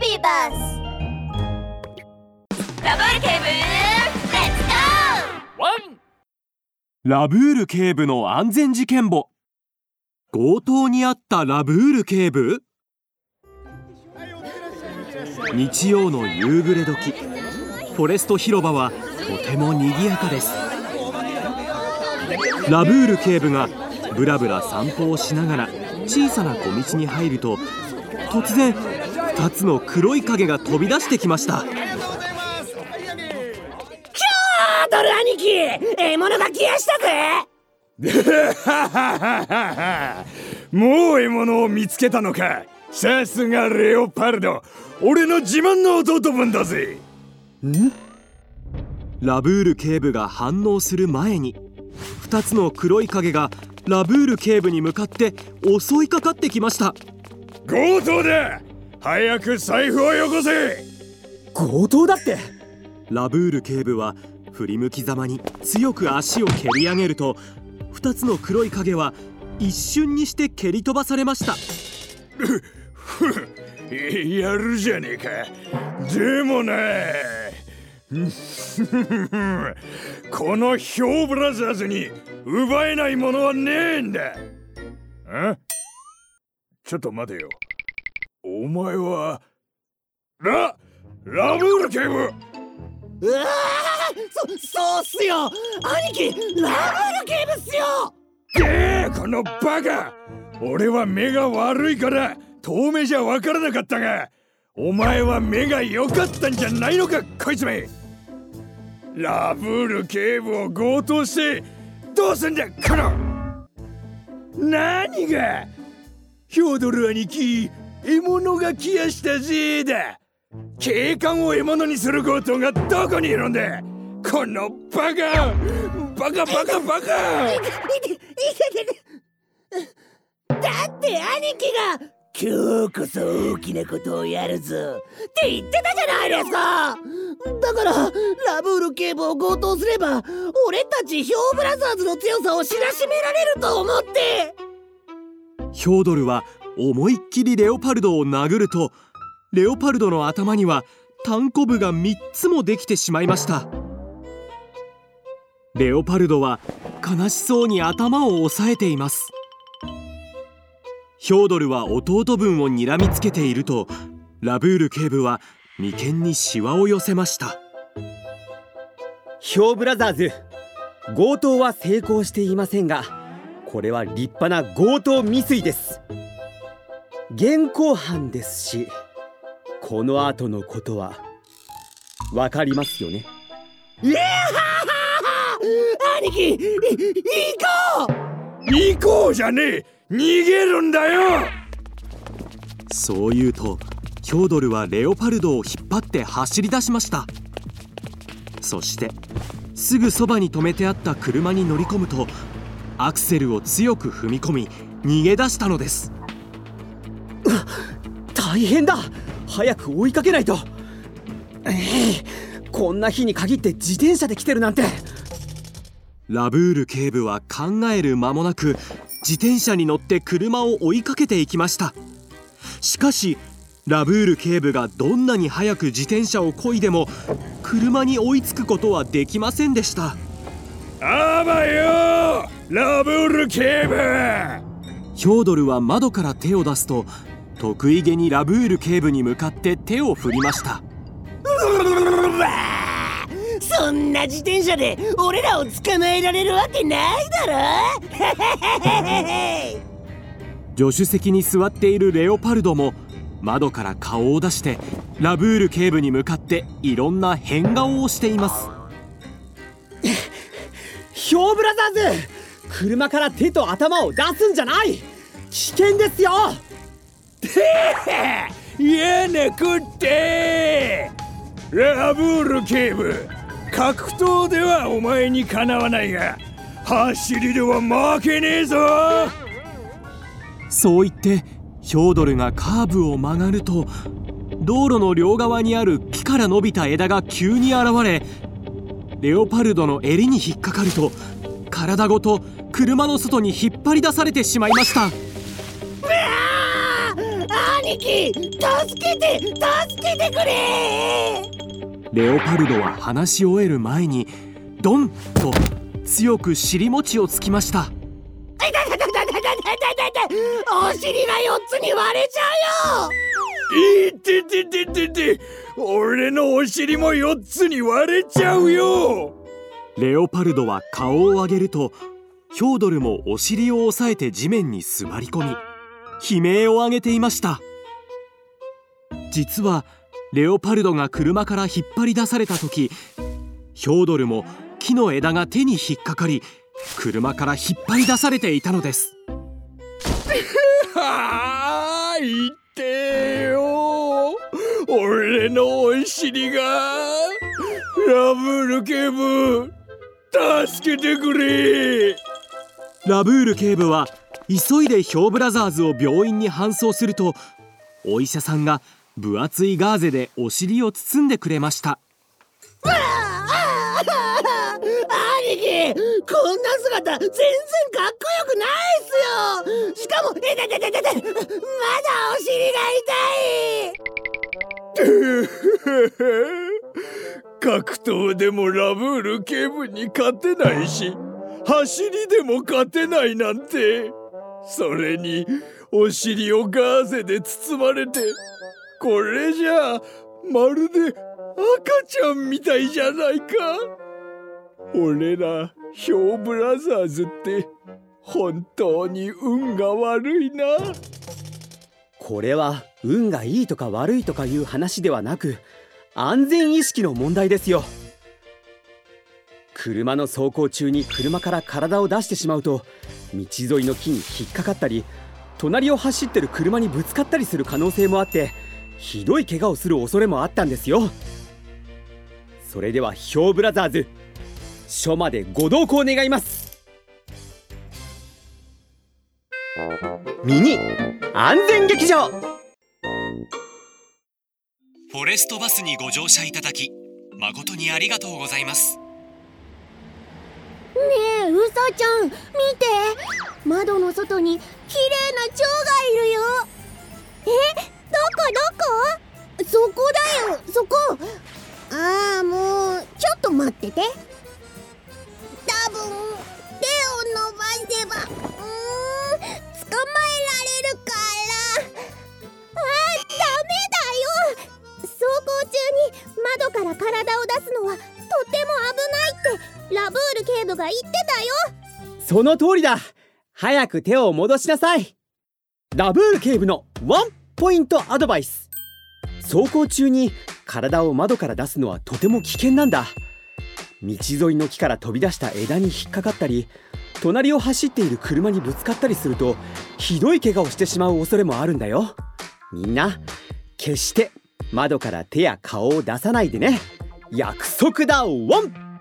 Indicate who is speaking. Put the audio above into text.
Speaker 1: ビーバスラブール警部レッツゴー。
Speaker 2: ワン。ラブール警部の安全事件簿。強盗にあったラブール警部。日曜の夕暮れ時、フォレスト広場はとても賑やかです。ラブール警部がブラブラ散歩をしながら小さな小道に入ると、突然2つの黒い影が飛び出してきました。
Speaker 3: キャードル兄貴、獲物が来やした
Speaker 4: ぜもう獲物を見つけたのか。さすがレオパルド、俺の自慢の弟分だぜ。
Speaker 2: ラブール警部が反応する前に、2つの黒い影がラブール警部に向かって襲いかかってきました。
Speaker 4: 強盗だ、早く財布をよこせ。
Speaker 3: 強盗だって。
Speaker 2: ラブール警部は振り向きざまに強く足を蹴り上げると、2つの黒い影は一瞬にして蹴り飛ばされました。
Speaker 4: やるじゃねえか。でもなこのヒョウブラザーズに奪えないものはねえんだ。ちょっと待てよ、お前はラブール警部。
Speaker 3: うわそうっすよ兄貴、ラブール警部っすよ。
Speaker 4: このバカ、俺は目が悪いから遠目じゃわからなかったが、お前は目が良かったんじゃないのか、こいつめ。ラブール警部を強盗してどうすんだ、この。何がヒョードル兄貴、獲物が来やしたぜだ。警官を獲物にする強盗がどこにいるんだ、このバカバカ。
Speaker 3: だって兄貴が今日こそ大きなことをやるぞって言ってたじゃないですか。だからラブール警部を強盗すれば、俺たちヒョウブラザーズの強さを知らしめられると思って。
Speaker 2: ヒョードルは思いっきりレオパルドを殴ると、レオパルドの頭にはタンコブが3つもできてしまいました。レオパルドは悲しそうに頭を押さえています。ヒョードルは弟分を睨みつけていると、ラブール警部は眉間にシワを寄せました。
Speaker 5: ヒョウブラザーズ、強盗は成功していませんが、これは立派な強盗未遂です。現行犯ですし、この後のことはわかりますよね。
Speaker 3: 兄貴、
Speaker 4: 行こうじゃねえ、逃げるんだよ。
Speaker 2: そう言うと、ヒョードルはレオパルドを引っ張って走り出しました。そしてすぐそばに止めてあった車に乗り込むと、アクセルを強く踏み込み逃げ出したのです。
Speaker 5: 大変だ、早く追いかけないと。こんな日に限って自転車で来てるなんて。
Speaker 2: ラブール警部は考える間もなく自転車に乗って車を追いかけていきました。しかしラブール警部がどんなに早く自転車を漕いでも車に追いつくことはできませんでした。
Speaker 4: あばよラブール警部。
Speaker 2: ヒョードルは窓から手を出すと、得意げにラブール警部に向かって手を振りました。
Speaker 3: そんな自転車で俺らを捕まえられるわけないだろ。
Speaker 2: 助手席に座っているレオパルドも窓から顔を出してラブール警部に向かっていろんな変顔をしています。
Speaker 5: ヒョウブラザーズ、車から手と頭を出すんじゃない、危険ですよ。
Speaker 4: やなこってラブール警部、格闘ではお前にかなわないが、走りでは負けねえぞ。
Speaker 2: そう言ってヒョードルがカーブを曲がると、道路の両側にある木から伸びた枝が急に現れ、レオパルドの襟に引っかかると、体ごと車の外に引っ張り出されてしまいました。
Speaker 3: 兄兄貴、助けてくれ。
Speaker 2: レオパルドは話し終える前にドンと強く尻餅をつきました。
Speaker 3: お尻が4つに割れちゃうよ。
Speaker 4: いててててて、俺のお尻も4つに割れちゃうよ。
Speaker 2: レオパルドは顔を上げると、ヒョードルもお尻を押さえて地面に座り込み悲鳴を上げていました。実はレオパルドが車から引っ張り出された時、ヒョードルも木の枝が手に引っかかり車から引っ張り出されていたのです。
Speaker 4: はあ、いってよ、俺のお尻が。ラブール警部、助けてくれ。
Speaker 2: ラブール警部は急いでヒョーブラザーズを病院に搬送すると、お医者さんが分厚いガーゼでお尻を包んでくれました。
Speaker 3: 兄貴、こんな姿全然かっこよくないっすよ。しかもまだお尻が痛い。
Speaker 4: 格闘でもラブール警部に勝てないし、走りでも勝てないなんて。それにお尻をガーゼで包まれて、これじゃあまるで赤ちゃんみたいじゃないか。俺らヒョーブラザーズって本当に運が悪いな。
Speaker 5: これは運がいいとか悪いとかいう話ではなく、安全意識の問題ですよ。車の走行中に車から体を出してしまうと、道沿いの木に引っかかったり、隣を走ってる車にぶつかったりする可能性もあって、ひどい怪我をする恐れもあったんですよ。それではヒョーブラザーズ、署までご同行願います。ミニ安全劇場。
Speaker 2: フォレストバスにご乗車いただき誠にありがとうございます。
Speaker 1: ねえ、ウサちゃん見て、窓の外に綺麗な蝶がいるよ。どこそこだよ、そこ。ああ、もうちょっと待ってて。多分手を伸ばせば捕まえられるから。ダメだよ。走行中に窓から体を出すのはとても危ないってラブール警部が言ってたよ。
Speaker 5: その通りだ。早く手を戻しなさい。ラブール警部のワンポイントアドバイス。走行中に体を窓から出すのはとても危険なんだ。道沿いの木から飛び出した枝に引っかかったり、隣を走っている車にぶつかったりすると、ひどい怪我をしてしまう恐れもあるんだよ。みんな決して窓から手や顔を出さないでね。約束だワン。